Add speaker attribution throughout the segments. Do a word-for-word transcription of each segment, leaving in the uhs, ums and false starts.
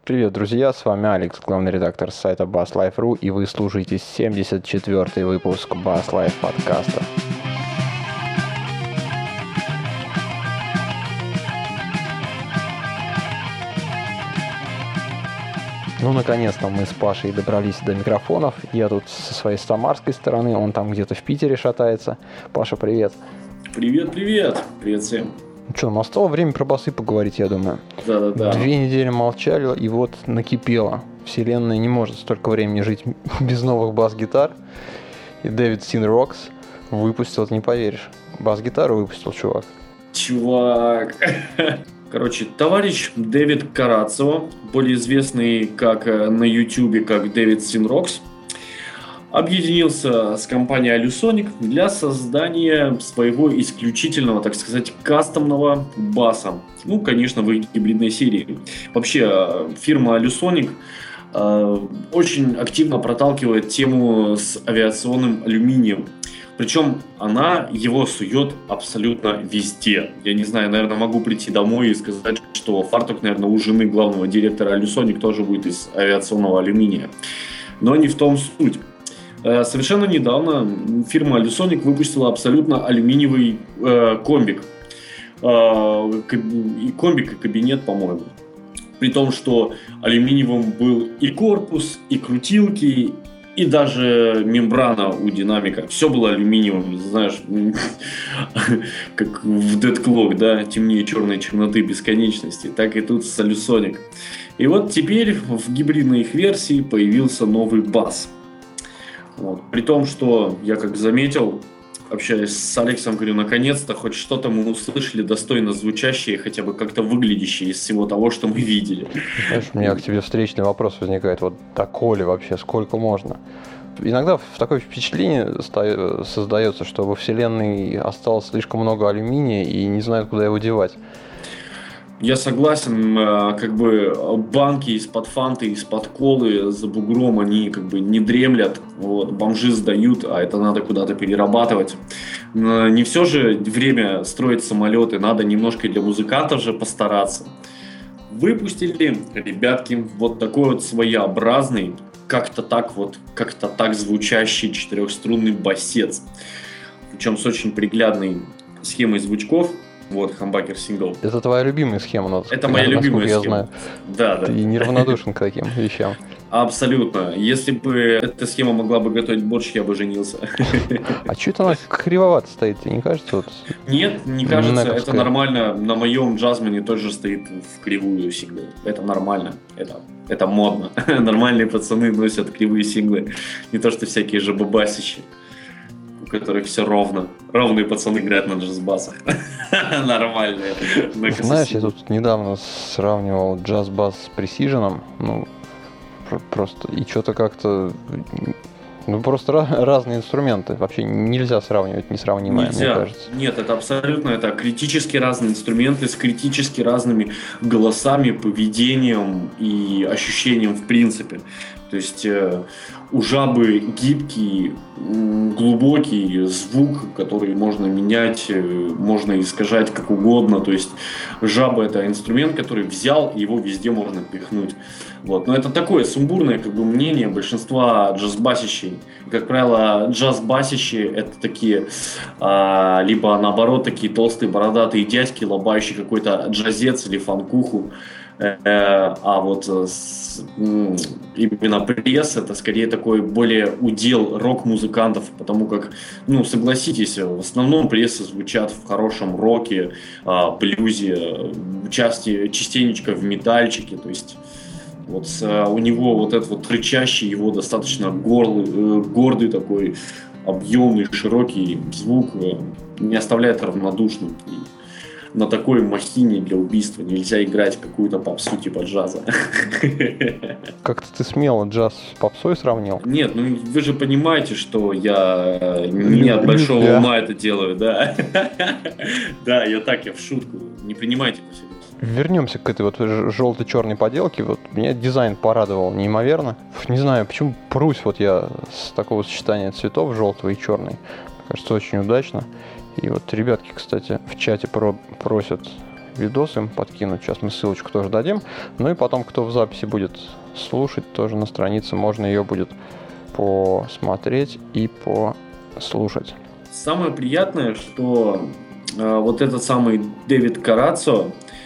Speaker 1: Привет, друзья, с вами Алекс, главный редактор сайта Bass Life точка ру, и вы слушаете семьдесят четвёртый выпуск Bass Life подкаста. Ну, наконец-то мы с Пашей добрались до микрофонов. Я тут со своей самарской стороны, он там где-то в Питере шатается. Паша, привет.
Speaker 2: Привет, привет. Привет всем.
Speaker 1: Ну что, настало время про басы поговорить, я думаю.
Speaker 2: Да-да-да.
Speaker 1: Две недели молчали, и вот накипело. Вселенная не может столько времени жить без новых бас-гитар. И David Sinrocks выпустил, ты не поверишь, бас-гитару выпустил, чувак.
Speaker 2: Чувак. Короче, товарищ Дэвид Карацево, более известный как на Ютубе как Дэвид Sinrocks, объединился с компанией Alusonic для создания своего исключительного, так сказать, кастомного баса. Ну, конечно, в их гибридной серии. Вообще, фирма Alusonic э, очень активно проталкивает тему с авиационным алюминием. Причем она его сует абсолютно везде. Я не знаю, наверное, могу прийти домой и сказать, что фартук, наверное, у жены главного директора Alusonic тоже будет из авиационного алюминия. Но не в том суть. Совершенно недавно фирма Alusonic выпустила абсолютно алюминиевый э, комбик. Э, и комбик, и кабинет, по-моему. При том, что алюминиевым был и корпус, и крутилки, и даже мембрана у динамика. Все было алюминиевым, знаешь, как в Dead Clock, да, темнее черной черноты бесконечности. Так и тут с Alusonic. И вот теперь в гибридной их версии появился новый бас. Вот. При том, что я как заметил, общаясь с Алексом, говорю, наконец-то хоть что-то мы услышали достойно звучащее, хотя бы как-то выглядящее из всего того, что мы видели.
Speaker 1: Знаешь, у меня к тебе встречный вопрос возникает, вот доколе вообще, сколько можно? Иногда такое впечатление создается, что во Вселенной осталось слишком много алюминия и не знают, куда его девать.
Speaker 2: Я согласен, как бы банки из-под фанты, из-под колы за бугром, они как бы не дремлят, вот, бомжи сдают, а это надо куда-то перерабатывать. Не все же время строить самолеты, надо немножко для музыкантов же постараться. Выпустили, ребятки, вот такой вот своеобразный, как-то так вот, как-то так звучащий четырехструнный басец. Причем с очень приглядной схемой звучков. Вот, Humbucker Single.
Speaker 1: Это твоя любимая схема, надо сказать.
Speaker 2: Это моя любимая
Speaker 1: я
Speaker 2: схема.
Speaker 1: Знаю.
Speaker 2: Да, да.
Speaker 1: Ты неравнодушен к таким вещам.
Speaker 2: Абсолютно. Если бы эта схема могла бы готовить борщ, я бы женился.
Speaker 1: А что это она кривовато стоит, тебе не кажется? Вот...
Speaker 2: Нет, не кажется. Это нормально. На моем джазмане тоже стоит в кривую сингл. Это нормально. Это, это модно. Нормальные пацаны носят кривые синглы. Не то, что всякие же бабасищи, у которых все ровно. Ровные пацаны играют на джаз-басах. Нормальные.
Speaker 1: Знаешь, я тут недавно сравнивал джаз-бас с пресиженом. Ну, просто. И что-то как-то... Ну, просто разные инструменты. Вообще нельзя сравнивать несравнимое,
Speaker 2: нельзя.
Speaker 1: Мне кажется.
Speaker 2: Нет, это абсолютно, это критически разные инструменты с критически разными голосами, поведением и ощущением в принципе. То есть э, у жабы гибкий, глубокий звук, который можно менять, э, можно искажать как угодно. То есть жаба — это инструмент, который взял, и его везде можно пихнуть. Вот. Но это такое сумбурное как бы, мнение большинства джаз-басищей. Как правило, джаз-басищи — это такие, а, либо наоборот, такие толстые бородатые дядьки, лобающие какой-то джазец или фанкуху. А вот с, именно пресс — это скорее такой более удел рок-музыкантов, потому как, ну, согласитесь, в основном прессы звучат в хорошем роке, блюзе, части, частенечко в метальчике, то есть вот у него вот этот вот рычащий, его достаточно горлый, гордый такой, объемный, широкий звук не оставляет равнодушным. На такой махине для убийства нельзя играть какую-то попсу типа джаза.
Speaker 1: Как-то ты смело джаз с попсой сравнил?
Speaker 2: Нет, ну вы же понимаете, что я не от большого ума это делаю, да? Да, я так, я в шутку. Не принимайте по себе.
Speaker 1: Вернемся к этой вот желто-черной поделке. Вот меня дизайн порадовал неимоверно. Не знаю, почему прусь вот я с такого сочетания цветов желтого и черный. Кажется, очень удачно. И вот ребятки, кстати, в чате про- просят видос им подкинуть. Сейчас мы ссылочку тоже дадим. Ну и потом, кто в записи будет слушать, тоже на странице можно ее будет посмотреть и послушать.
Speaker 2: Самое приятное, что э, вот этот самый Дэвид Карацо,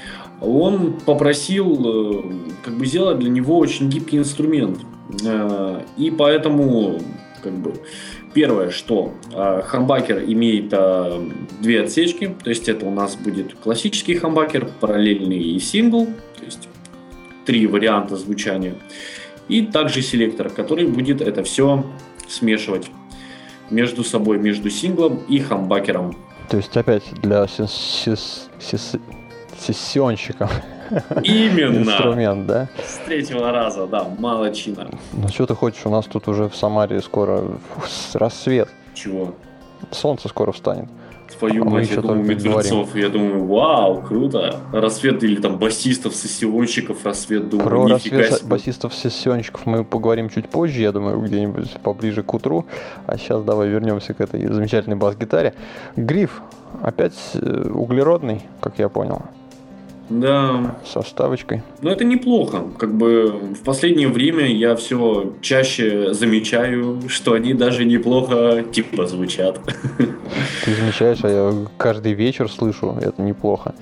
Speaker 2: он попросил э, как бы сделать для него очень гибкий инструмент. Э, и поэтому, как бы, первое, что э, хамбакер имеет э, две отсечки, то есть это у нас будет классический хамбакер, параллельный и сингл, то есть три варианта звучания, и также селектор, который будет это все смешивать между собой, между синглом и хамбакером.
Speaker 1: То есть опять для сес- сес- сессионщиков.
Speaker 2: Именно.
Speaker 1: Инструмент, да?
Speaker 2: С третьего раза, да, молодчина.
Speaker 1: Ну что ты хочешь, у нас тут уже в Самаре скоро рассвет.
Speaker 2: Чего?
Speaker 1: Солнце скоро встанет.
Speaker 2: Твою
Speaker 1: а
Speaker 2: мать, я думаю, мертвецов, я думаю, вау, круто. Рассвет или там басистов, сессионщиков, рассвет, думаю,
Speaker 1: Про
Speaker 2: нифига
Speaker 1: рассвет
Speaker 2: себе.
Speaker 1: басистов, сессионщиков мы поговорим чуть позже, я думаю, где-нибудь поближе к утру. А сейчас давай вернемся к этой замечательной бас-гитаре. Гриф опять углеродный, как я понял.
Speaker 2: Да.
Speaker 1: Со вставочкой.
Speaker 2: Но это неплохо. Как бы в последнее время я все чаще замечаю, что они даже неплохо типа звучат.
Speaker 1: Ты замечаешь, а я каждый вечер слышу, это неплохо.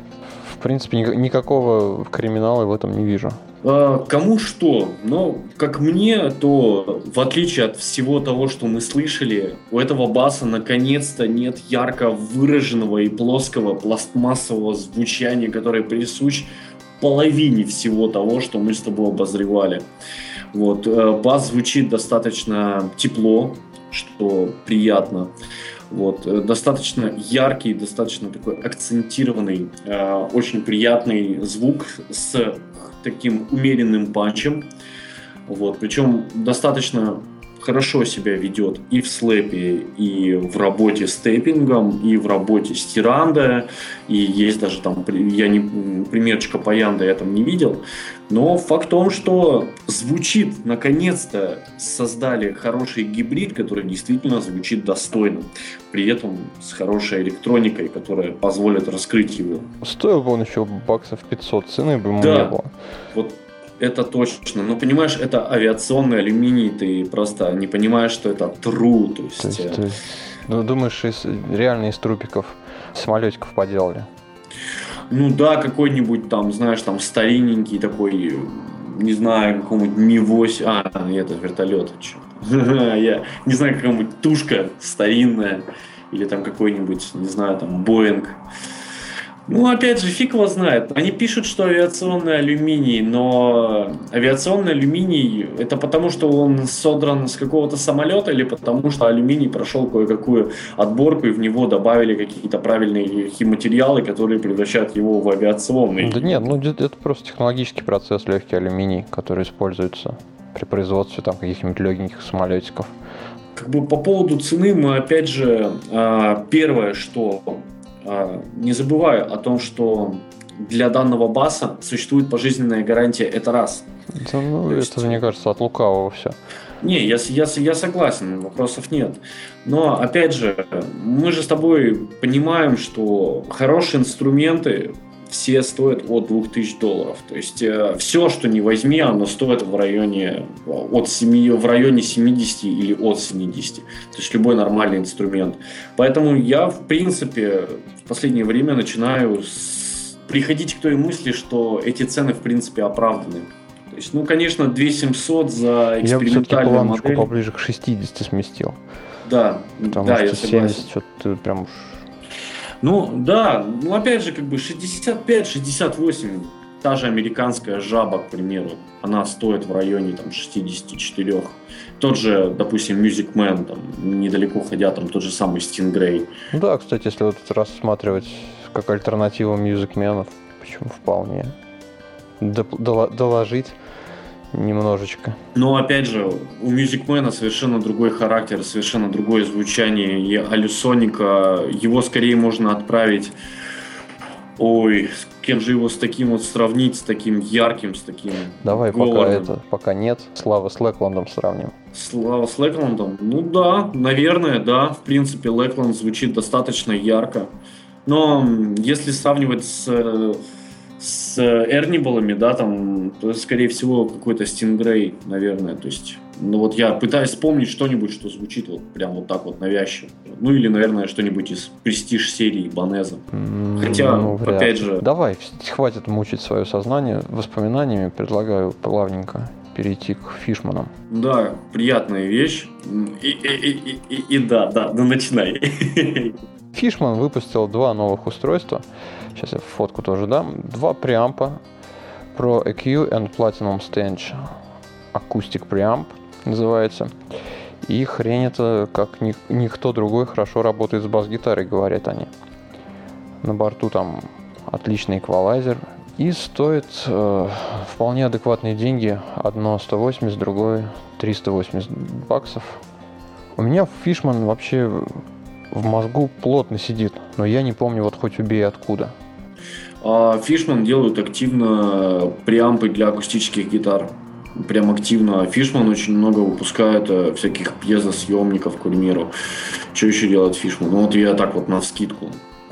Speaker 1: В принципе, никакого криминала в этом не вижу.
Speaker 2: А, кому что, но как мне, то в отличие от всего того, что мы слышали, у этого баса наконец-то нет ярко выраженного и плоского пластмассового звучания, которое присущ половине всего того, что мы с тобой обозревали. Вот, бас звучит достаточно тепло, что приятно. Вот, достаточно яркий, достаточно такой акцентированный, э, очень приятный звук с таким умеренным панчем. Вот, причем достаточно хорошо себя ведет и в слэпе, и в работе с тейпингом, и в работе с тирандо, и есть даже там, я не, примерчика по янда я там не видел, но факт в том, что звучит, наконец-то создали хороший гибрид, который действительно звучит достойно, при этом с хорошей электроникой, которая позволит раскрыть его.
Speaker 1: Стоил бы он еще баксов пятьсот, цены бы ему
Speaker 2: да,
Speaker 1: не было.
Speaker 2: Вот это точно. Но понимаешь, это авиационный алюминий, ты просто не понимаешь, что это true. То есть,
Speaker 1: то есть ты, ну, думаешь, из, реально из трупиков самолетиков поделали?
Speaker 2: Ну да, какой-нибудь там, знаешь, там старинненький такой, не знаю, какой-нибудь Ми восемь, а, это вертолет, я не знаю, какая-нибудь тушка старинная, или там какой-нибудь, не знаю, там Боинг. Ну, опять же, фиг его знает. Они пишут, что авиационный алюминий, но авиационный алюминий – это потому, что он содран с какого-то самолета или потому, что алюминий прошел кое-какую отборку и в него добавили какие-то правильные химатериалы, которые превращают его в авиационный.
Speaker 1: Да нет, ну это просто технологический процесс, легкий алюминий, который используется при производстве там каких-нибудь легеньких самолетиков.
Speaker 2: Как бы по поводу цены мы опять же, первое, что… не забывая о том, что для данного баса существует пожизненная гарантия, это раз.
Speaker 1: Да, ну, это, есть... мне кажется, от лукавого все.
Speaker 2: Не, я, я, я согласен, вопросов нет. Но, опять же, мы же с тобой понимаем, что хорошие инструменты все стоят от двух тысяч долларов. То есть, э, все, что не возьми, оно стоит в районе, от семи, в районе семидесяти или от семидесяти. То есть, любой нормальный инструмент. Поэтому я, в принципе, в последнее время начинаю с... приходить к той мысли, что эти цены, в принципе, оправданы. То есть, ну, конечно, две тысячи семьсот за экспериментальную модель. Я бы все-таки планочку модель...
Speaker 1: поближе к шестидесяти сместил.
Speaker 2: Да,
Speaker 1: потому
Speaker 2: да,
Speaker 1: что
Speaker 2: я согласен.
Speaker 1: семьдесят что-то прям уж...
Speaker 2: Ну, да, ну, опять же, как бы шестьдесят пять - шестьдесят восемь, та же американская жаба, к примеру, она стоит в районе там шестьдесят четыре. Тот же, допустим, Music Man, там, недалеко ходя, там, тот же самый Stingray.
Speaker 1: Ну да, кстати, если вот рассматривать как альтернативу Music Man, почему вполне доложить немножечко.
Speaker 2: Но опять же, у Music Man совершенно другой характер, совершенно другое звучание. И Алюсоника, его скорее можно отправить... Ой, с кем же его с таким вот сравнить, с таким ярким, с таким...
Speaker 1: Давай пока это, пока нет. Слава с Лэкландом сравним.
Speaker 2: Слава с Лэкландом? Ну да, наверное, да. В принципе, Лэкланд звучит достаточно ярко. Но если сравнивать с, с Эрнибалами, да, там, то, скорее всего, какой-то Стингрей, наверное. То есть, ну вот я пытаюсь вспомнить что-нибудь, что звучит вот прям вот так вот навязчиво. Ну или, наверное, что-нибудь из престиж серии Банеза. Хотя,
Speaker 1: ну,
Speaker 2: опять же...
Speaker 1: Давай, хватит мучить свое сознание воспоминаниями, предлагаю плавненько перейти к Фишманам.
Speaker 2: Да, приятная вещь. И, и, и, и, и да, да, ну начинай.
Speaker 1: Fishman выпустил два новых устройства. Сейчас я фотку тоже дам. Два преампа Pro и кью and Platinum Stench. Acoustic преамп называется. И хрень это, как ни, никто другой, хорошо работает с бас-гитарой, говорят они. На борту там отличный эквалайзер. И стоит э, вполне адекватные деньги. Одно сто восемьдесят, другое триста восемьдесят баксов. У меня Fishman вообще в мозгу плотно сидит, но я не помню, вот хоть убей откуда.
Speaker 2: Fishman делают активно преампы для акустических гитар. Прям активно. Fishman очень много выпускает всяких пьезосъемников, к примеру. Что еще делает Fishman? Ну вот я так вот навскидку.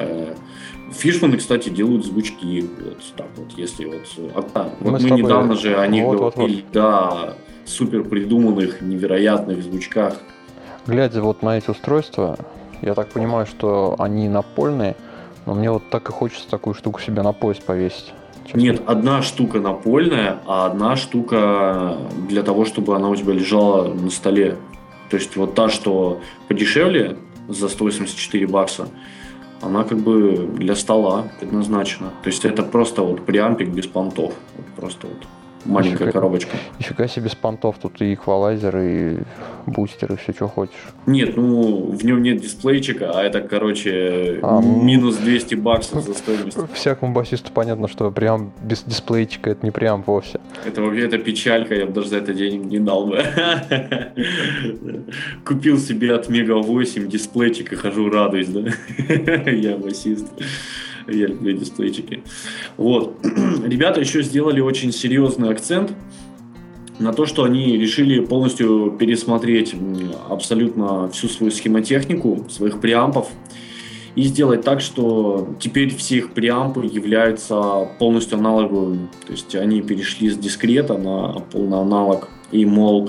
Speaker 2: Фишманы, кстати, делают звучки. Вот так вот, если вот. А, да, вот мы, мы тобой... недавно же о них вот, говорили, вот, вот. Да, супер придуманных, невероятных звучках.
Speaker 1: Глядя вот на эти устройства, я так понимаю, что они напольные, но мне вот так и хочется такую штуку себе на пояс повесить.
Speaker 2: Честно. Нет, одна штука напольная, а одна штука для того, чтобы она у тебя лежала на столе. То есть вот та, что подешевле, за сто восемьдесят четыре бакса, она как бы для стола предназначена. То есть это просто вот преампик без понтов. Вот просто вот маленькая нифига, коробочка.
Speaker 1: Нифига себе без понтов. Тут и эквалайзер, и бустер, и все, что хочешь.
Speaker 2: Нет, ну в нем нет дисплейчика, а это, короче, а, минус двести баксов за стоимость.
Speaker 1: Всякому басисту понятно, что прям без дисплейчика это не прям вовсе.
Speaker 2: Это вообще это печалька, я бы даже за это денег не дал бы. Купил себе от Мега восемь дисплейчик и хожу радуюсь, да? Я басист. Я люблю дисплейчики. Вот. Ребята еще сделали очень серьезный акцент на то, что они решили полностью пересмотреть абсолютно всю свою схемотехнику своих преампов и сделать так, что теперь все их преампы являются полностью аналоговыми. То есть они перешли с дискрета на полный аналог. И, мол,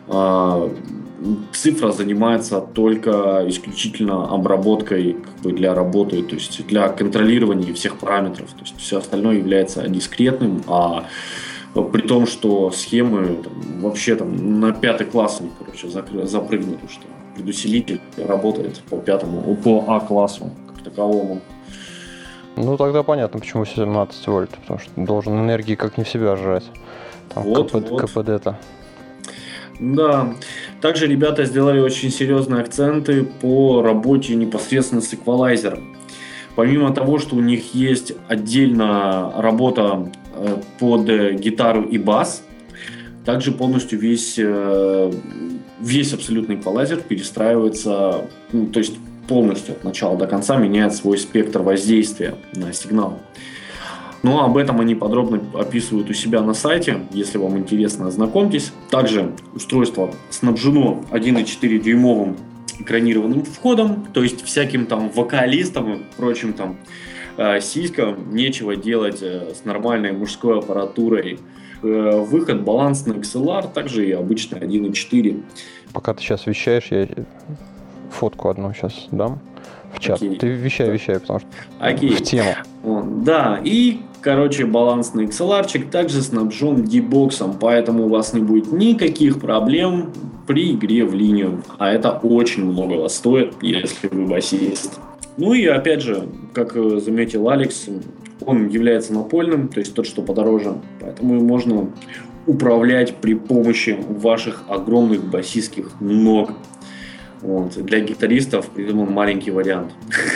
Speaker 2: цифра занимается только исключительно обработкой как бы, для работы, то есть для контролирования всех параметров. То есть все остальное является дискретным, а при том, что схемы там, вообще там, на пятый класс они, короче, закры- запрыгнуты, что предусилитель работает по пятому, по А-классу как таковому.
Speaker 1: Ну тогда понятно, почему семнадцать вольт, потому что должен энергии как не в себя жрать. Там
Speaker 2: вот,
Speaker 1: КП-
Speaker 2: вот.
Speaker 1: КПД-то.
Speaker 2: Да, также ребята сделали очень серьезные акценты по работе непосредственно с эквалайзером. Помимо того, что у них есть отдельно работа под гитару и бас, также полностью весь, весь абсолютный эквалайзер перестраивается, ну, то есть полностью от начала до конца меняет свой спектр воздействия на сигнал. Но об этом они подробно описывают у себя на сайте, если вам интересно, ознакомьтесь. Также устройство снабжено один и четыре дюймовым экранированным входом, то есть всяким там вокалистам и прочим там э, сиськам нечего делать э, с нормальной мужской аппаратурой. Э, выход балансный икс эл ар, также и обычный один и четыре.
Speaker 1: Пока ты сейчас вещаешь, я фотку одну сейчас дам в чат. Окей. Ты вещай, да. вещай, потому что
Speaker 2: Окей.
Speaker 1: в тему.
Speaker 2: Да, и, короче, балансный икс эл ар-чик также снабжен D-боксом, поэтому у вас не будет никаких проблем при игре в линию. А это очень многого стоит, если вы басист. Ну и, опять же, как заметил Алекс, он является напольным, то есть тот, что подороже. Поэтому можно управлять при помощи ваших огромных басистских ног. Вот. Для гитаристов придуман маленький вариант.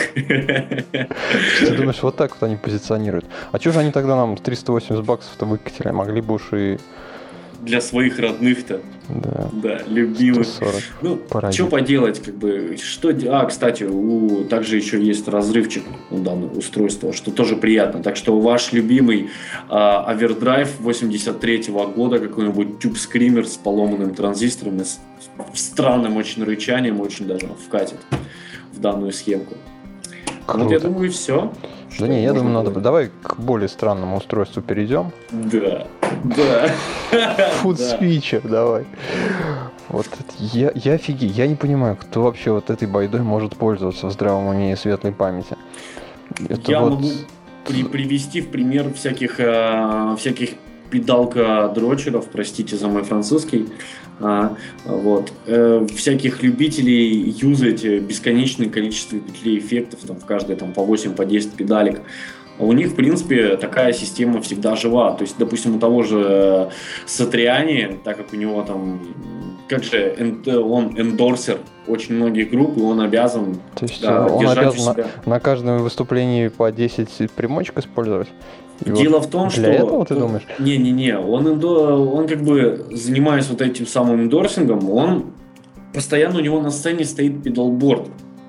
Speaker 1: Ты думаешь, вот так вот они позиционируют? А что же они тогда нам триста восемьдесят баксов-то выкатили? Могли бы уж и...
Speaker 2: Для своих родных-то.
Speaker 1: Да.
Speaker 2: Да, любимых.
Speaker 1: сто сорок.
Speaker 2: Ну, что поделать, как бы, что... А, кстати, у... также еще есть разрывчик у данного устройства, что тоже приятно. Так что ваш любимый а, овердрайв восемьдесят третьего года, какой-нибудь тюб скример с поломанным транзистором и с странным очень рычанием очень даже вкатит в данную схемку. Вот я думаю, все.
Speaker 1: Да не, я думаю, надо... Давай к более странному устройству перейдем.
Speaker 2: Да, да.
Speaker 1: Food switcher, давай. Вот я, я офигею, я не понимаю, кто вообще вот этой байдой может пользоваться в здравом уме и светлой памяти. Это
Speaker 2: я
Speaker 1: вот...
Speaker 2: могу при, привести в пример всяких, э, всяких педалка-дрочеров, простите за мой французский, а, вот, э, всяких любителей юзать бесконечное количество петлей эффектов, там, в каждой там, по восемь, по десять педалек. У них, в принципе, такая система всегда жива. То есть, допустим, у того же Сатриани, так как у него там, как же, он эндорсер очень многих групп, и он обязан,
Speaker 1: То есть
Speaker 2: да,
Speaker 1: он
Speaker 2: держать
Speaker 1: обязан
Speaker 2: у себя.
Speaker 1: На, на каждом выступлении по десять примочек использовать? И
Speaker 2: Дело
Speaker 1: вот
Speaker 2: в том,
Speaker 1: для
Speaker 2: что...
Speaker 1: Для этого, ты думаешь?
Speaker 2: Не-не-не, он, эндо... он как бы, занимаясь вот этим самым эндорсингом, он постоянно у него на сцене стоит педалборд,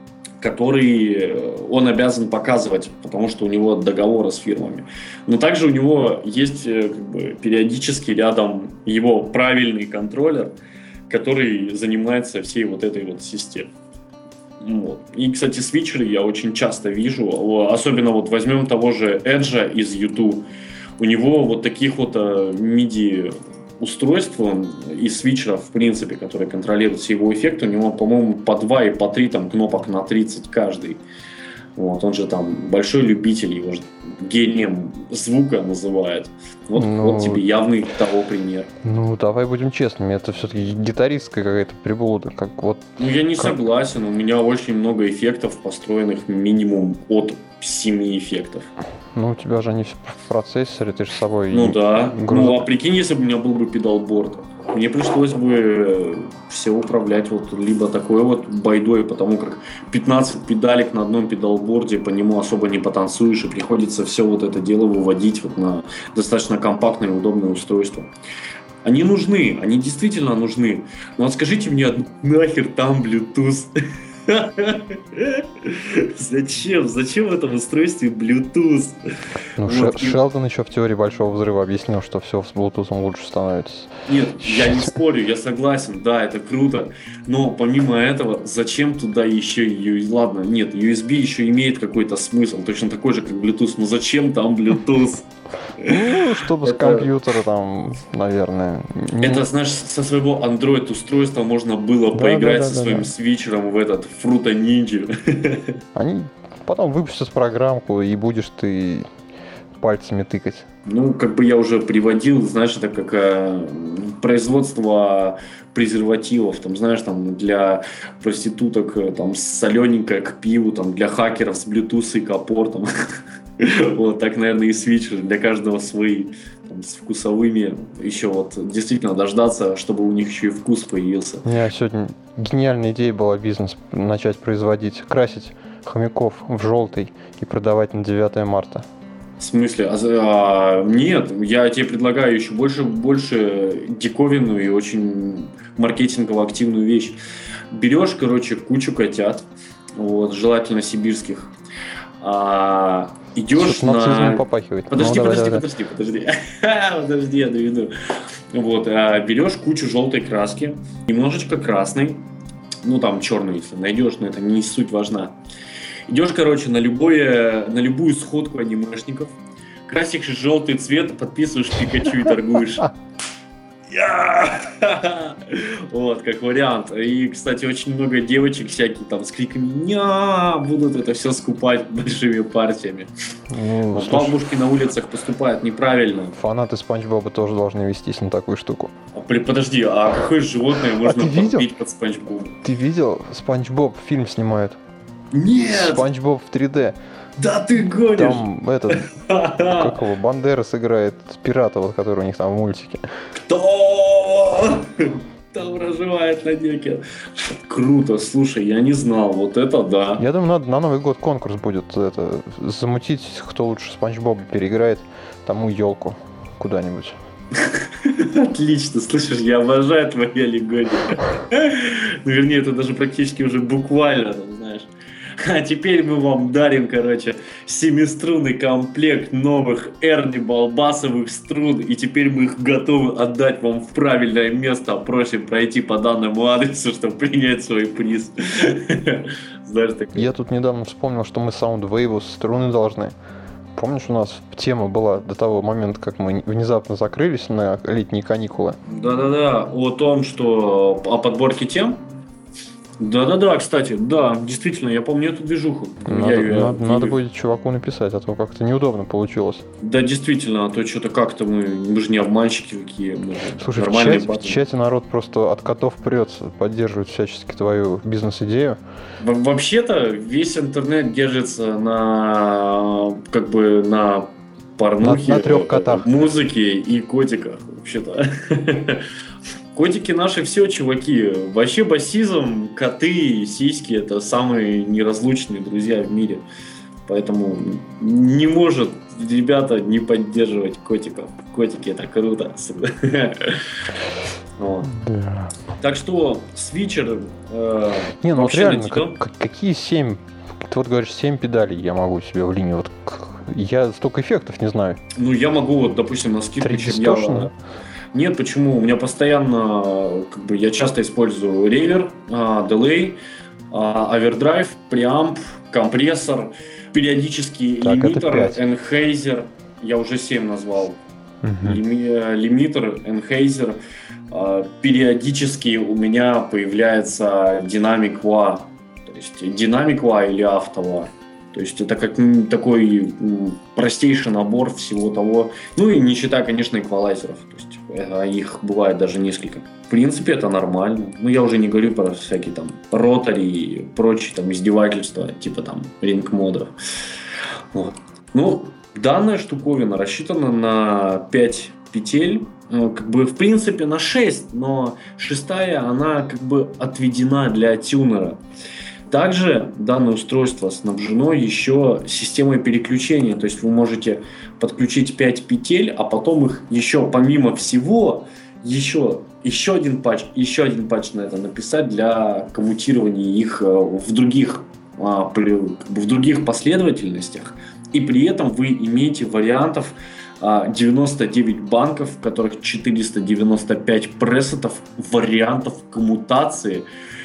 Speaker 2: который он обязан показывать, потому что у него договоры с фирмами. Но также у него есть как бы, периодически рядом его правильный контроллер, который занимается всей вот этой вот системой. Вот. И, кстати, свитчеры я очень часто вижу, особенно вот возьмем того же Edge из ю ту. У него вот таких вот миди устройств и свитчеров, в принципе, которые контролируют все его эффекты, у него, по-моему, по два и по три там, кнопок на тридцать каждый. Вот, он же там большой любитель, его же гением звука называют. Вот, ну, вот тебе явный того пример.
Speaker 1: Ну, давай будем честными, это все-таки гитаристская какая-то приблуда. Как вот,
Speaker 2: ну, я не
Speaker 1: как...
Speaker 2: согласен, у меня очень много эффектов, построенных минимум от семи эффектов.
Speaker 1: Ну, у тебя же они в процессоре, ты же с собой...
Speaker 2: Ну да,
Speaker 1: груз...
Speaker 2: ну а прикинь, если бы у меня был бы педалборд, мне пришлось бы все управлять вот либо такой вот байдой, потому как пятнадцать педалек на одном педалборде, по нему особо не потанцуешь, и приходится все вот это дело выводить вот на достаточно компактное и удобное устройство. Они нужны, они действительно нужны. Но вот скажите мне, нахер там Bluetooth? Зачем? Зачем в этом устройстве Bluetooth?
Speaker 1: Ну, вот. Шелдон еще в теории большого взрыва объяснил, что все с Bluetooth лучше становится.
Speaker 2: Нет, я не спорю, я согласен, да, это круто. Но помимо этого, зачем туда еще ю эс би? Ладно, нет, ю эс би еще имеет какой-то смысл, точно такой же, как Bluetooth. Но зачем там Bluetooth?
Speaker 1: Ну, чтобы это... с компьютера там, наверное.
Speaker 2: Это, знаешь, со своего Android устройства можно было да, поиграть да, да, со своим да. свитчером в этот Fruta Ninja.
Speaker 1: Они потом выпустят программку, и будешь ты пальцами тыкать.
Speaker 2: Ну, как бы я уже приводил, знаешь, это как э, производство презервативов, там, знаешь, там для проституток там солененькое к пиву, там для хакеров с Bluetooth и капортом. Вот так, наверное, и свитчер для каждого свои, там, с вкусовыми. Еще вот действительно дождаться, чтобы у них еще и вкус появился.
Speaker 1: У меня сегодня гениальная идея была бизнес начать производить, красить хомяков в желтый и продавать на девятое марта.
Speaker 2: В смысле? А, а, нет, я тебе предлагаю еще больше, больше диковинную и очень маркетингово активную вещь. Берешь, короче, кучу котят, вот, желательно сибирских, а, идешь на...
Speaker 1: попахивает.
Speaker 2: Подожди,
Speaker 1: ну,
Speaker 2: подожди,
Speaker 1: давай,
Speaker 2: подожди, давай. подожди, подожди, подожди, я доведу. Вот, а, берешь кучу желтой краски, немножечко красной, ну там черную, если найдешь, но это не суть важна. Идешь, короче, на, любое, на любую сходку анимешников, красишь желтый цвет, подписываешь Пикачу и торгуешь. Вот, как вариант. И, кстати, очень много девочек всякие там с криками «Ня!» будут это все скупать большими партиями. Ну, бабушки на улицах поступают неправильно.
Speaker 1: Фанаты Спанч Боба тоже должны вестись на такую штуку.
Speaker 2: Подожди, а какое животное можно
Speaker 1: а
Speaker 2: подбить под Спанч Боба?
Speaker 1: Ты видел? Спанч Боб фильм снимают.
Speaker 2: Нет!
Speaker 1: Спанч Боб в три дэ.
Speaker 2: Да ты гонишь!
Speaker 1: Там этот, как его, Бандерас играет пирата, вот, который у них там в мультике.
Speaker 2: Кто там проживает на деке? Круто, слушай, я не знал, вот это да.
Speaker 1: Я думаю, надо на Новый год конкурс будет это, замутить, кто лучше Спанч Боба переиграет, тому елку куда-нибудь.
Speaker 2: Отлично, слышишь, я обожаю твои аллегории. Ну, вернее, это даже практически уже буквально, там, знаешь. А теперь мы вам дарим, короче, семиструнный комплект новых Эрни балбасовых струн, и теперь мы их готовы отдать вам в правильное место. Просим пройти по данному адресу, чтобы принять свой приз. Знаешь, такое.
Speaker 1: Я тут недавно вспомнил, что мы Soundwave струны должны. Помнишь, у нас тема была до того момента, как мы внезапно закрылись на летние каникулы?
Speaker 2: Да-да-да, о том, что о подборке тем. Да-да-да, кстати, да, действительно, я помню эту движуху.
Speaker 1: Надо,
Speaker 2: я ее,
Speaker 1: надо, надо будет чуваку написать, а то как-то неудобно получилось.
Speaker 2: Да, действительно, а то что-то как-то мы, мы же не обманщики какие. Мы
Speaker 1: Слушай, в чате, в чате народ просто от котов прется, поддерживает всячески твою бизнес-идею.
Speaker 2: Во- вообще-то весь интернет держится на как бы на порнухе,
Speaker 1: На- на трех котах.
Speaker 2: музыке и котиках, вообще-то. Котики наши все, чуваки. Вообще басизм, коты и сиськи — это самые неразлучные друзья в мире. Поэтому не может ребята не поддерживать котиков. Котики — это круто. Вот.
Speaker 1: Да.
Speaker 2: Так что свитчер э,
Speaker 1: Не, ну вот
Speaker 2: вообще
Speaker 1: реально,
Speaker 2: найдём.
Speaker 1: как- какие семь, ты вот говоришь, семь педалей я могу себе в линии, вот к- я столько эффектов не знаю.
Speaker 2: Ну, я могу, вот, допустим, на скидку,
Speaker 1: Три
Speaker 2: чем
Speaker 1: дисторшена?
Speaker 2: я... Нет, почему? У меня постоянно, как бы, я часто использую ревер, дилей, овердрайв, преамп, компрессор, периодически
Speaker 1: Так, это
Speaker 2: лимитер,
Speaker 1: пять.
Speaker 2: энхейзер. Я уже семь назвал.
Speaker 1: Мгм.
Speaker 2: Лими- Лимитер, энхейзер. А, Периодически у меня появляется динамик ва. То есть динамик ва или автова. То есть это как м, такой м, простейший набор всего того. Ну и не считая, конечно, эквалайзеров. То есть э, их бывает даже несколько. В принципе, это нормально. Ну, я уже не говорю про всякие там ротари и прочие там издевательства, типа там ринг-модов. Вот. Ну, данная штуковина рассчитана на пять петель. э, Как бы, в принципе, на шесть, но шестая, она как бы отведена для тюнера. Также данное устройство снабжено еще системой переключения, то есть вы можете подключить пять петель, а потом их еще помимо всего еще, еще один патч, еще один патч на это написать для коммутирования их э, в других, а, при- как бы в других последовательностях, и при этом вы имеете вариантов а, девяносто девять банков, в которых четыреста девяносто пять пресетов, вариантов коммутации.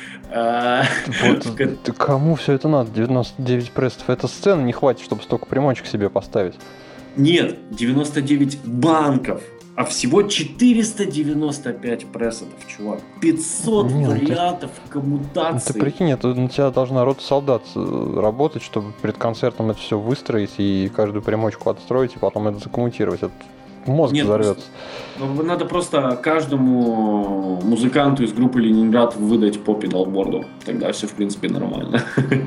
Speaker 2: А,
Speaker 1: Вот,
Speaker 2: в ко-
Speaker 1: ты кому все это надо? девяносто девять престов. Это сцены не хватит, чтобы столько примочек себе поставить.
Speaker 2: Нет, девяносто девять банков, а всего четыреста девяносто пять пресетов, чувак. пятьсот
Speaker 1: Не, ну ты-
Speaker 2: вариантов
Speaker 1: Ну,
Speaker 2: коммутации.
Speaker 1: ты прикинь, это на тебя должна рота солдат э, работать, чтобы перед концертом это все выстроить и каждую примочку отстроить, и потом это закоммутировать. Это мозг
Speaker 2: Нет,
Speaker 1: взорвется.
Speaker 2: Ну, надо просто каждому музыканту из группы Ленинград выдать по педалборду. Тогда все, в принципе, нормально.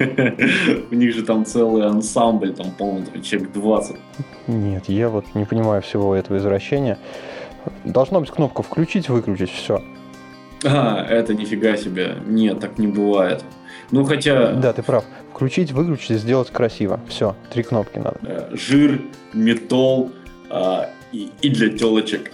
Speaker 2: У них же там целый ансамбль, там, по-моему, человек двадцать.
Speaker 1: Нет, я вот не понимаю всего этого извращения. Должна быть кнопка включить, выключить, все.
Speaker 2: А, это нифига себе. Нет, так не бывает. Ну, хотя
Speaker 1: Да, ты прав. Включить, выключить, сделать красиво. Все, три кнопки надо.
Speaker 2: э, жир, металл а, и, и для телочек.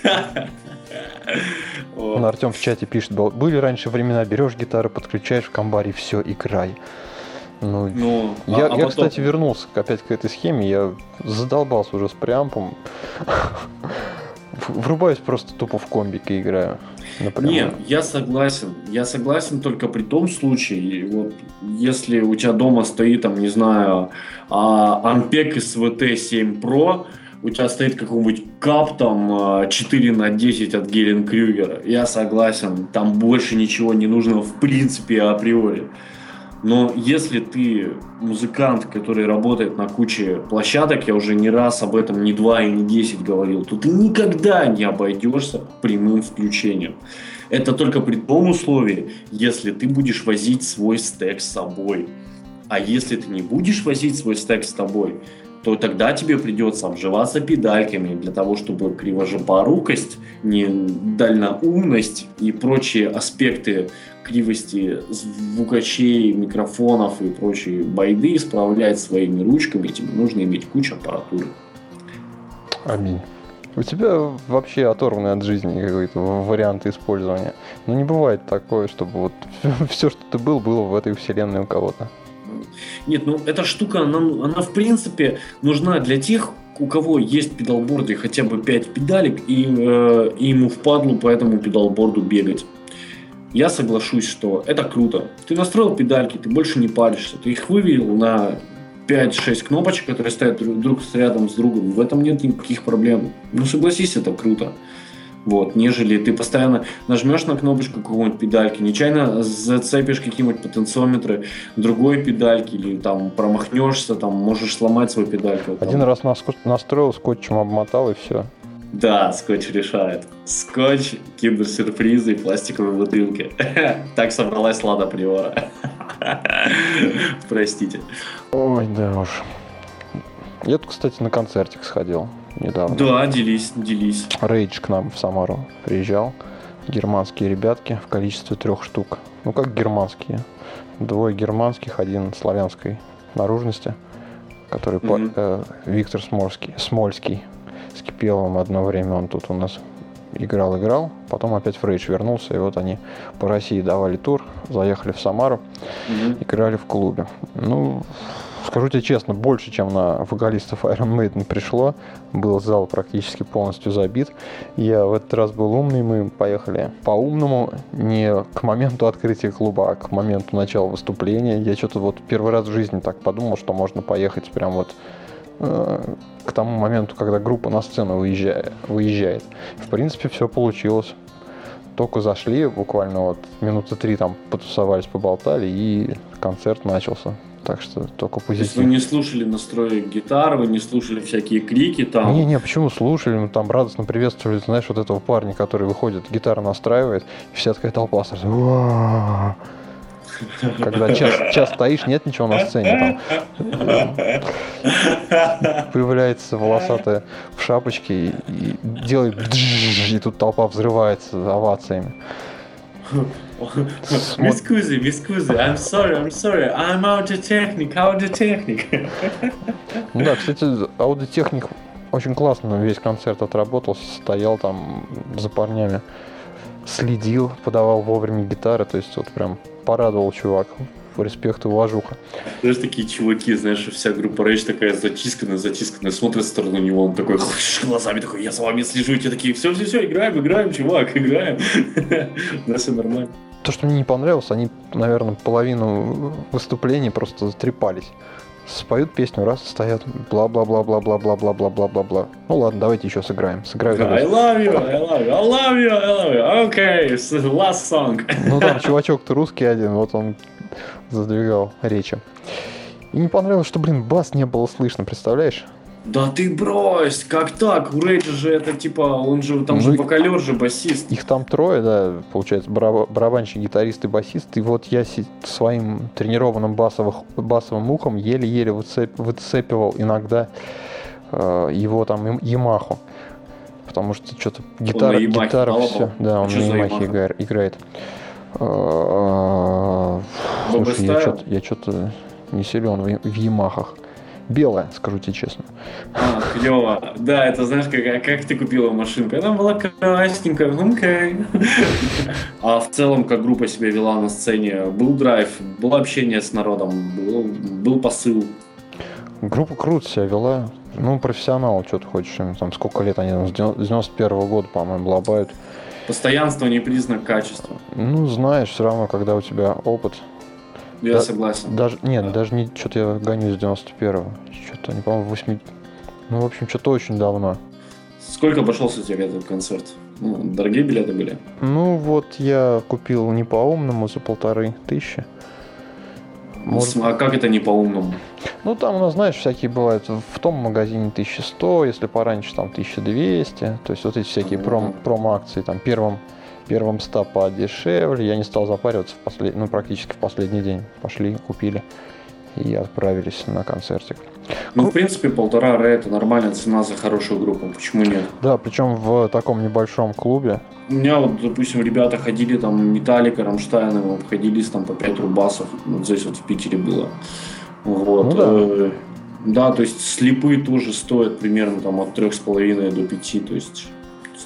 Speaker 1: Вон Артем в чате пишет, был- были раньше времена, берешь гитару, подключаешь в комбаре, все, играй. Ну,
Speaker 2: Ну, а-
Speaker 1: я,
Speaker 2: а
Speaker 1: я,
Speaker 2: потом-
Speaker 1: кстати, вернулся опять к этой схеме, я задолбался уже с преампом. В- Врубаюсь просто тупо в комбик и играю. Например.
Speaker 2: Не, я согласен. Я согласен только при том случае, вот, если у тебя дома стоит, там, не знаю, а, Ampeg эс ви ти семь Pro, у тебя стоит какой-нибудь кап там а, четыре на десять от Гелен Крюгера. Я согласен, там больше ничего не нужно в принципе априори. Но если ты музыкант, который работает на куче площадок, я уже не раз об этом, не два и не десять говорил, то ты никогда не обойдешься прямым включением. Это только при том условии, если ты будешь возить свой стэк с собой. А если ты не будешь возить свой стэк с тобой, то тогда тебе придется обживаться педальками для того, чтобы кривожопорукость, недальноумность и прочие аспекты кривости звукачей, микрофонов и прочие байды исправлять своими ручками. Тебе нужно иметь кучу аппаратуры.
Speaker 1: Аминь. У тебя вообще оторванный от жизни какой-то вариант использования. Но не бывает такое, чтобы вот все, что ты был, было в этой вселенной у кого-то.
Speaker 2: Нет, ну эта штука, она, она в принципе нужна для тех, у кого есть в педалборде хотя бы пять педалек, и, э, и ему впадлу по этому педалборду бегать. Я соглашусь, что это круто. Ты настроил педальки, ты больше не паришься. Ты их вывел на пять-шесть кнопочек, которые стоят друг, друг рядом с другом. В этом нет никаких проблем. Ну, согласись, это круто. Вот, нежели ты постоянно нажмешь на кнопочку какой-нибудь педальки, нечаянно зацепишь какие-нибудь потенциометры другой педальки, или там промахнешься, там можешь сломать свою педальку.
Speaker 1: Один
Speaker 2: там.
Speaker 1: раз настроил, скотчем обмотал и все.
Speaker 2: Да, скотч решает. Скотч, киндер-сюрпризы и пластиковые бутылки. Так собралась Лада Приора. Простите.
Speaker 1: Ой, да уж. Я тут, кстати, на концертик сходил недавно.
Speaker 2: Да, делись, делись.
Speaker 1: Рейдж к нам в Самару приезжал. Германские ребятки в количестве трех штук. Ну, как германские. Двое германских, один славянской наружности, который mm-hmm. по, э, Виктор Смольский, Смольский. С Кипеловым одно время он тут у нас играл-играл, потом опять в Рейдж вернулся, и вот они по России давали тур, заехали в Самару, mm-hmm. играли в клубе. Ну, скажу тебе честно, больше, чем на вокалистов Iron Maiden пришло. Был зал практически полностью забит. Я в этот раз был умный, мы поехали по-умному, не к моменту открытия клуба, а к моменту начала выступления. Я что-то вот первый раз в жизни так подумал, что можно поехать прям вот к тому моменту, когда группа на сцену выезжает, выезжает. В принципе, все получилось. Только зашли, буквально вот минуты три там потусовались, поболтали, и концерт начался. Так что только позитив.
Speaker 2: То есть вы не слушали настрой гитар, вы не слушали всякие крики там?
Speaker 1: Не-не, почему слушали? Мы там радостно приветствовали, знаешь, вот этого парня, который выходит, гитару настраивает, и вся такая толпа сразу... Когда час, час стоишь, нет ничего на сцене, там появляется волосатая в шапочке и, и делает и тут толпа взрывается овациями.
Speaker 2: Мискузи, мискузи, I'm sorry, I'm sorry, I'm аудиотехник, аудиотехник.
Speaker 1: Ну да, кстати, аудиотехник очень классно весь концерт отработал, стоял там за парнями, следил, подавал вовремя гитары, то есть вот прям порадовал чувак. Респект и уважуха.
Speaker 2: Знаешь, такие чуваки, знаешь, вся группа Рейдж такая затисканная, затисканная, смотрит в сторону него, он такой глазами такой, я за вами слежу, и те такие, все, все, все, играем, играем, чувак, играем. Да, все нормально.
Speaker 1: То, что мне не понравилось, они, наверное, половину выступлений просто затрепались. Споют песню, раз, стоят, бла-бла-бла-бла-бла-бла-бла-бла-бла-бла. Ну ладно, давайте еще сыграем. Сыграю.
Speaker 2: I love you, I love you, I love you, I love you. Okay, last song.
Speaker 1: Ну там чувачок-то русский один, вот он задвигал речи. И не понравилось, что, блин, бас не было слышно, представляешь?
Speaker 2: Да ты брось, как так? У Рейджа же это типа, он же, там ну, же вокалер же, басист.
Speaker 1: Их там трое, да, получается, барабанщик, гитарист и басист. И вот я своим тренированным басовых, басовым ухом еле-еле выцеп, выцепивал иногда э, его там Ямаху. Потому что что-то гитара, гитара, все. Да, он на Ямахе играет. играет. Слушай, я что-то, я что-то не силен в, в Ямахах. Белая, скажу тебе честно.
Speaker 2: А, клево. Да, это знаешь, как, как ты купила машинку? Она была красненькая, окей. А в целом, как группа себя вела на сцене, был драйв, было общение с народом, был, был посыл.
Speaker 1: Группа круто себя вела. Ну, профессионал, что ты хочешь. Там сколько лет они, с девяносто первого года, по-моему, лобают.
Speaker 2: Постоянство не признак качества.
Speaker 1: Ну, знаешь, все равно, когда у тебя опыт.
Speaker 2: Я да, согласен.
Speaker 1: Даже, нет, да. даже не что-то я гоню с девяносто первого. Что-то, не помню, восемь. Ну, в общем, что-то очень давно.
Speaker 2: Сколько обошелся тебе этот концерт? Ну, дорогие билеты были?
Speaker 1: Ну, вот я купил не по-умному за полторы тысячи.
Speaker 2: Может... А как это не по-умному?
Speaker 1: Ну, там у нас, знаешь, всякие бывают. В том магазине тысяча сто, если пораньше, там тысяча двести. То есть вот эти всякие пром- промо-акции. Там первым, первым ста подешевле. Я не стал запариваться в послед... ну, практически в последний день. Пошли, купили и отправились на концертик.
Speaker 2: Ну, в принципе, полтора ре это нормальная цена за хорошую группу. Почему нет?
Speaker 1: Да, причем в таком небольшом клубе.
Speaker 2: У меня вот, допустим, ребята ходили там Металлика, Рамштайном, обходились там по пять рубасов. Вот здесь вот в Питере было. Вот. Ну, да. Да, то есть слепые тоже стоят примерно там от трех с половиной до пяти. То есть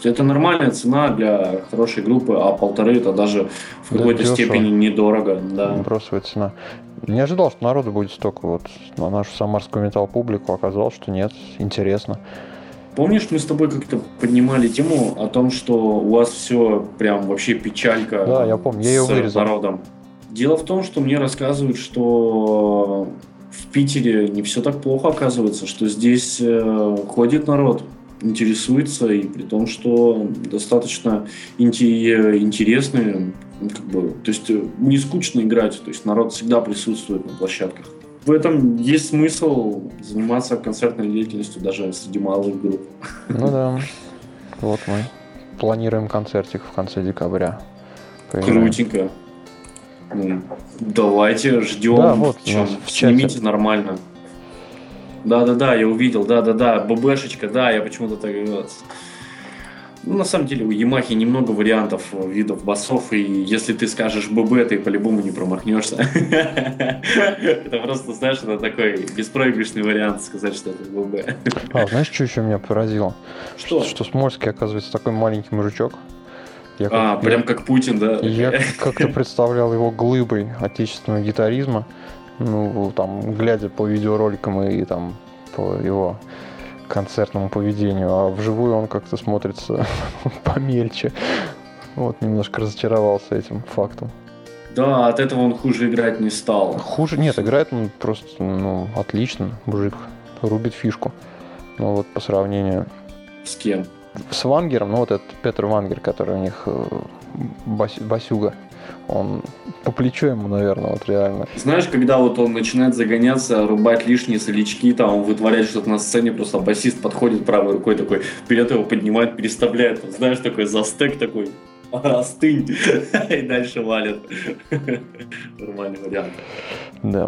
Speaker 2: есть это нормальная цена для хорошей группы, а полторы это даже в какой-то
Speaker 1: дешево.
Speaker 2: степени недорого. Да.
Speaker 1: Бросовая цена. Не ожидал, что народу будет столько. Вот на нашу самарскую металл-публику оказалось, что нет, интересно.
Speaker 2: Помнишь, мы с тобой как-то поднимали тему о том, что у вас все прям вообще печалька
Speaker 1: Да, я помню, я ее
Speaker 2: с
Speaker 1: вырезал.
Speaker 2: народом. Дело в том, что мне рассказывают, что в Питере не все так плохо оказывается, что здесь э, ходит народ, интересуется, и при том, что достаточно инте- интересные, как бы, то есть э, не скучно играть, то есть народ всегда присутствует на площадках. В этом есть смысл заниматься концертной деятельностью даже среди малых групп.
Speaker 1: Ну да. Вот мы планируем концертик в конце декабря. Поиграем.
Speaker 2: Крутенько. Ну, давайте ждем.
Speaker 1: Да, вот у
Speaker 2: Чем,
Speaker 1: нас в чате.
Speaker 2: снимите нормально. Да-да-да, я увидел, да-да-да, ББшечка, да, я почему-то так... Ну, на самом деле, у Ямахи немного вариантов видов басов, и если ты скажешь ББ, ты по-любому не промахнешься. Это просто, знаешь, это такой беспроигрышный вариант сказать, что это ББ.
Speaker 1: А, знаешь, что еще меня поразило?
Speaker 2: Что?
Speaker 1: Что Смольский, оказывается, такой маленький мужичок. Я
Speaker 2: А,
Speaker 1: как-
Speaker 2: прям как Путин, да?
Speaker 1: Я как-то представлял его глыбой отечественного гитаризма, ну, там, глядя по видеороликам и там по его концертному поведению, а вживую он как-то смотрится помельче. Вот, немножко разочаровался этим фактом.
Speaker 2: Да, от этого он хуже играть не стал.
Speaker 1: Хуже? Нет, играет он просто, ну, отлично, мужик, рубит фишку. Ну, вот по сравнению
Speaker 2: С кем?
Speaker 1: с Вангером, ну, вот этот Петр Вангер, который у них э, бас- басюга, он по плечу ему, наверное, вот реально.
Speaker 2: Знаешь, когда вот он начинает загоняться, рубать лишние солячки, там он вытворяет что-то на сцене, просто басист подходит правой рукой такой, вперед его поднимает, переставляет, вот, знаешь, такой застык такой, остынь, и дальше валит. Нормальный вариант.
Speaker 1: Да.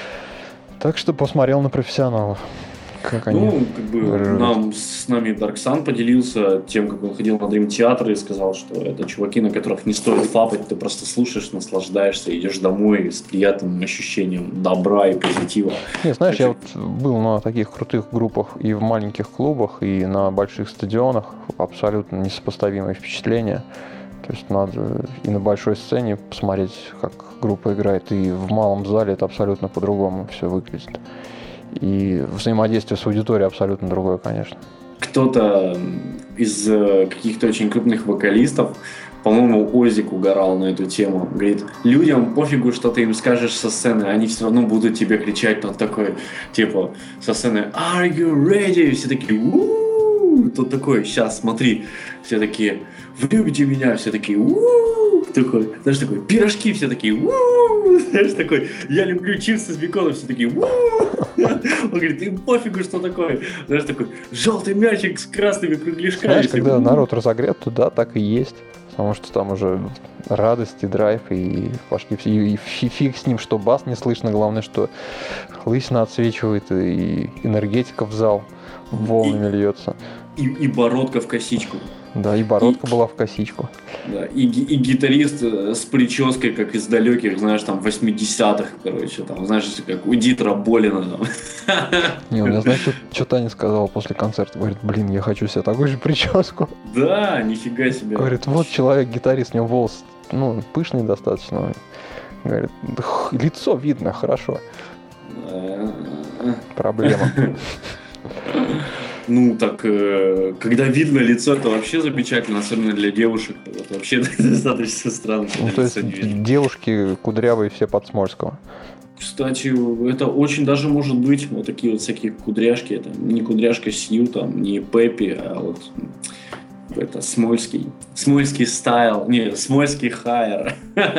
Speaker 1: Так что посмотрел на профессионалов. Как они
Speaker 2: Ну, как бы
Speaker 1: выражались.
Speaker 2: нам, с нами Дарксан поделился тем, как он ходил на Dream Theater и сказал, что это чуваки, на которых не стоит фапать, ты просто слушаешь, наслаждаешься, идешь домой с приятным ощущением добра и позитива.
Speaker 1: Не, знаешь, я
Speaker 2: Очень-
Speaker 1: вот был на таких крутых группах и в маленьких клубах, и на больших стадионах. Абсолютно несопоставимые впечатления. То есть надо и на большой сцене посмотреть, как группа играет, и в малом зале это абсолютно по-другому все выглядит. И взаимодействие с аудиторией абсолютно другое, конечно.
Speaker 2: Кто-то из э, каких-то очень крупных вокалистов, по-моему, Озик угорал на эту тему. Говорит, людям пофигу, что ты им скажешь со сцены, они все равно будут тебе кричать, там такой, типа, со сцены Are you ready? Все такие, у Тут такой, сейчас, смотри, все такие, вы любите меня? Все такие, у такой, знаешь, такой, пирожки, все такие, у знаешь, такой, я люблю чипсы с беконом, все такие, у Он говорит, им пофигу, что такое. Знаешь, такой, желтый мячик с красными кругляшками.
Speaker 1: Знаешь,
Speaker 2: Все,
Speaker 1: когда
Speaker 2: «У».
Speaker 1: народ разогрет, то да, так и есть. Потому что там уже радость и драйв, и пошли все. И фи- фиг с ним, что бас не слышно, главное, что лысина отсвечивает, и энергетика в зал волнами льется.
Speaker 2: И, и бородка в косичку.
Speaker 1: Да, и бородка была в косичку.
Speaker 2: Да, и, ги- и гитарист э, с прической, как из далеких, знаешь, там, восьмидесятых, короче, там, знаешь, как у Дитера Болина, там.
Speaker 1: Не, у меня, знаешь, что, что Таня сказала после концерта? Говорит, блин, я хочу себе такую же прическу.
Speaker 2: Да, нифига себе.
Speaker 1: Говорит, вот человек-гитарист, у него волос, ну, пышный достаточно. Говорит, «Х, лицо видно, хорошо.
Speaker 2: Э,
Speaker 1: Проблема.
Speaker 2: Ну, так, э, когда видно лицо, это вообще замечательно, особенно для девушек. Это вообще достаточно странно,
Speaker 1: Ну,
Speaker 2: когда
Speaker 1: то есть
Speaker 2: лицо не видно.
Speaker 1: девушки кудрявые все под Смольского.
Speaker 2: Кстати, это очень даже может быть вот такие вот всякие кудряшки. Это не кудряшка Сью, там, не Пеппи, а вот это Смольский. Смольский стайл. Не, Смольский хайер.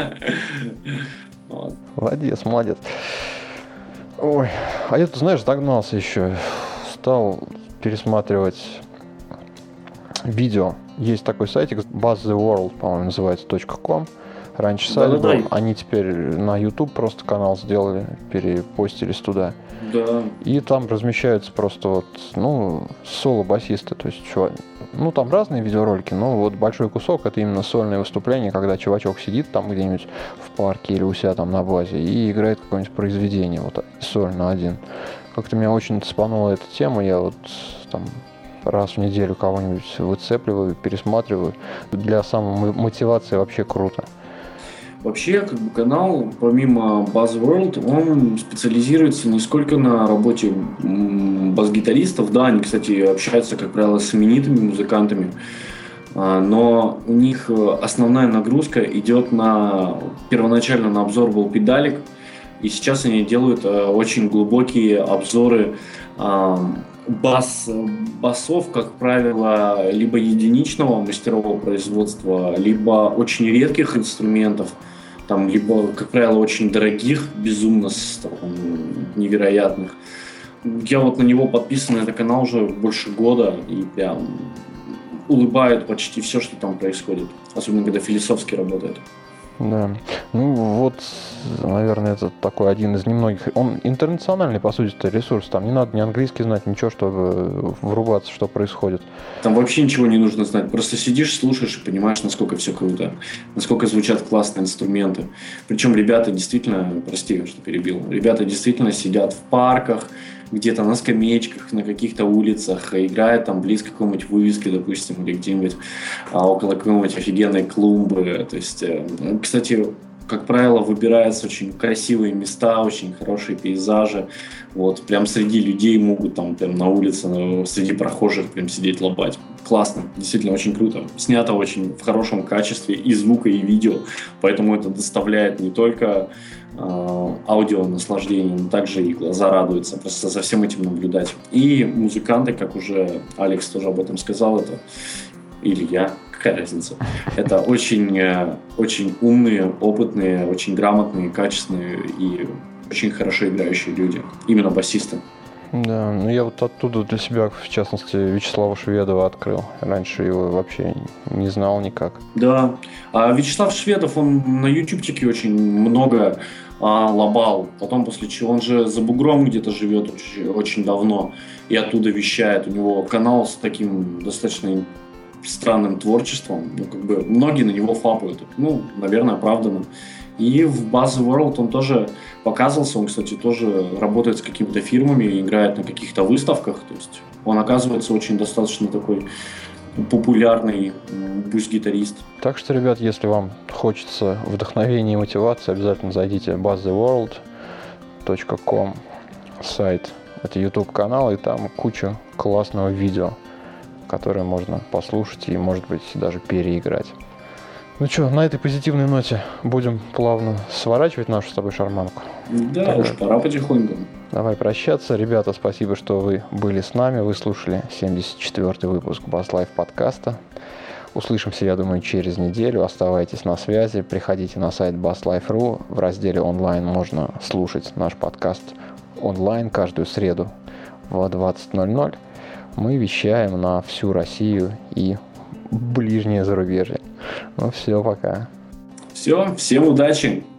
Speaker 2: Вот.
Speaker 1: Молодец, молодец. Ой, а я тут, знаешь, догнался еще. Стал пересматривать видео. Есть такой сайтик, Buzz the World, по-моему, называется, .com. Раньше сайт был,
Speaker 2: Да-да-да.
Speaker 1: они теперь на YouTube просто канал сделали, перепостились туда.
Speaker 2: Да.
Speaker 1: И там размещаются просто вот, ну, соло-басисты, то есть, чувак, ну, там разные видеоролики, но вот большой кусок — это именно сольное выступление, когда чувачок сидит там где-нибудь в парке или у себя там на базе и играет какое-нибудь произведение, вот, сольно один. Как-то меня очень цепанула эта тема, я вот там раз в неделю кого-нибудь выцепливаю, пересматриваю. Для самомотивации вообще круто.
Speaker 2: Вообще, как бы канал, помимо Buzzworld, он специализируется не сколько на работе бас-гитаристов, да, они, кстати, общаются, как правило, с именитыми музыкантами, но у них основная нагрузка идет на, первоначально на обзор был педалик, и сейчас они делают очень глубокие обзоры бас, басов, как правило, либо единичного мастерового производства, либо очень редких инструментов, там, либо, как правило, очень дорогих, безумно там, невероятных. Я вот на него подписан, на этот канал уже больше года, и прям улыбает почти все, что там происходит, особенно когда философски работает.
Speaker 1: Да, ну вот, наверное, это такой один из немногих. Он интернациональный, по сути, ресурс. Там не надо ни английский знать, ничего, чтобы врубаться, что происходит.
Speaker 2: Там вообще ничего не нужно знать. Просто сидишь, слушаешь и понимаешь, насколько все круто, насколько звучат классные инструменты. Причем ребята действительно, прости, что перебил, ребята действительно сидят в парках, где-то на скамеечках, на каких-то улицах, играют там близ какой-нибудь вывески, допустим, или где-нибудь а, около какой-нибудь офигенной клумбы. То есть, э, кстати, как правило, выбираются очень красивые места, очень хорошие пейзажи. Вот, прям среди людей могут там прям на улице, среди прохожих прям сидеть лобать. Классно, действительно очень круто. Снято очень в хорошем качестве и звука, и видео, поэтому это доставляет не только э, аудио наслаждение, но также и глаза радуются просто за всем этим наблюдать. И музыканты, как уже Алекс тоже об этом сказал, это или я, какая разница. Это очень, очень умные, опытные, очень грамотные, качественные и очень хорошо играющие люди. Именно басисты.
Speaker 1: Да, ну я вот оттуда для себя, в частности, Вячеслава Шведова открыл. Раньше его вообще не знал никак.
Speaker 2: Да, а Вячеслав Шведов, он на ютубчике очень много а, лобал. Потом, после чего он же за бугром где-то живет очень, очень давно и оттуда вещает. У него канал с таким достаточно странным творчеством. Ну, как бы многие на него фапают. Ну, наверное, оправданно. И в Buzzworld он тоже показывался. Он, кстати, тоже работает с какими-то фирмами, играет на каких-то выставках. То есть он, оказывается, очень достаточно такой популярный бус-гитарист.
Speaker 1: Так что, ребят, если вам хочется вдохновения и мотивации, обязательно зайдите в базз зе ворлд точка ком сайт. Это YouTube-канал, и там куча классного видео, которое можно послушать и, может быть, даже переиграть. Ну что, на этой позитивной ноте будем плавно сворачивать нашу с тобой шарманку.
Speaker 2: Да, так, уж пора потихоньку.
Speaker 1: Давай прощаться. Ребята, спасибо, что вы были с нами. Вы слушали семьдесят четвёртый выпуск Bass Life подкаста. Услышимся, я думаю, через неделю. Оставайтесь на связи. Приходите на сайт bass life точка ру. В разделе онлайн можно слушать наш подкаст онлайн каждую среду в двадцать ноль ноль. Мы вещаем на всю Россию и ближнее зарубежье. Ну все, пока.
Speaker 2: Все, всем удачи!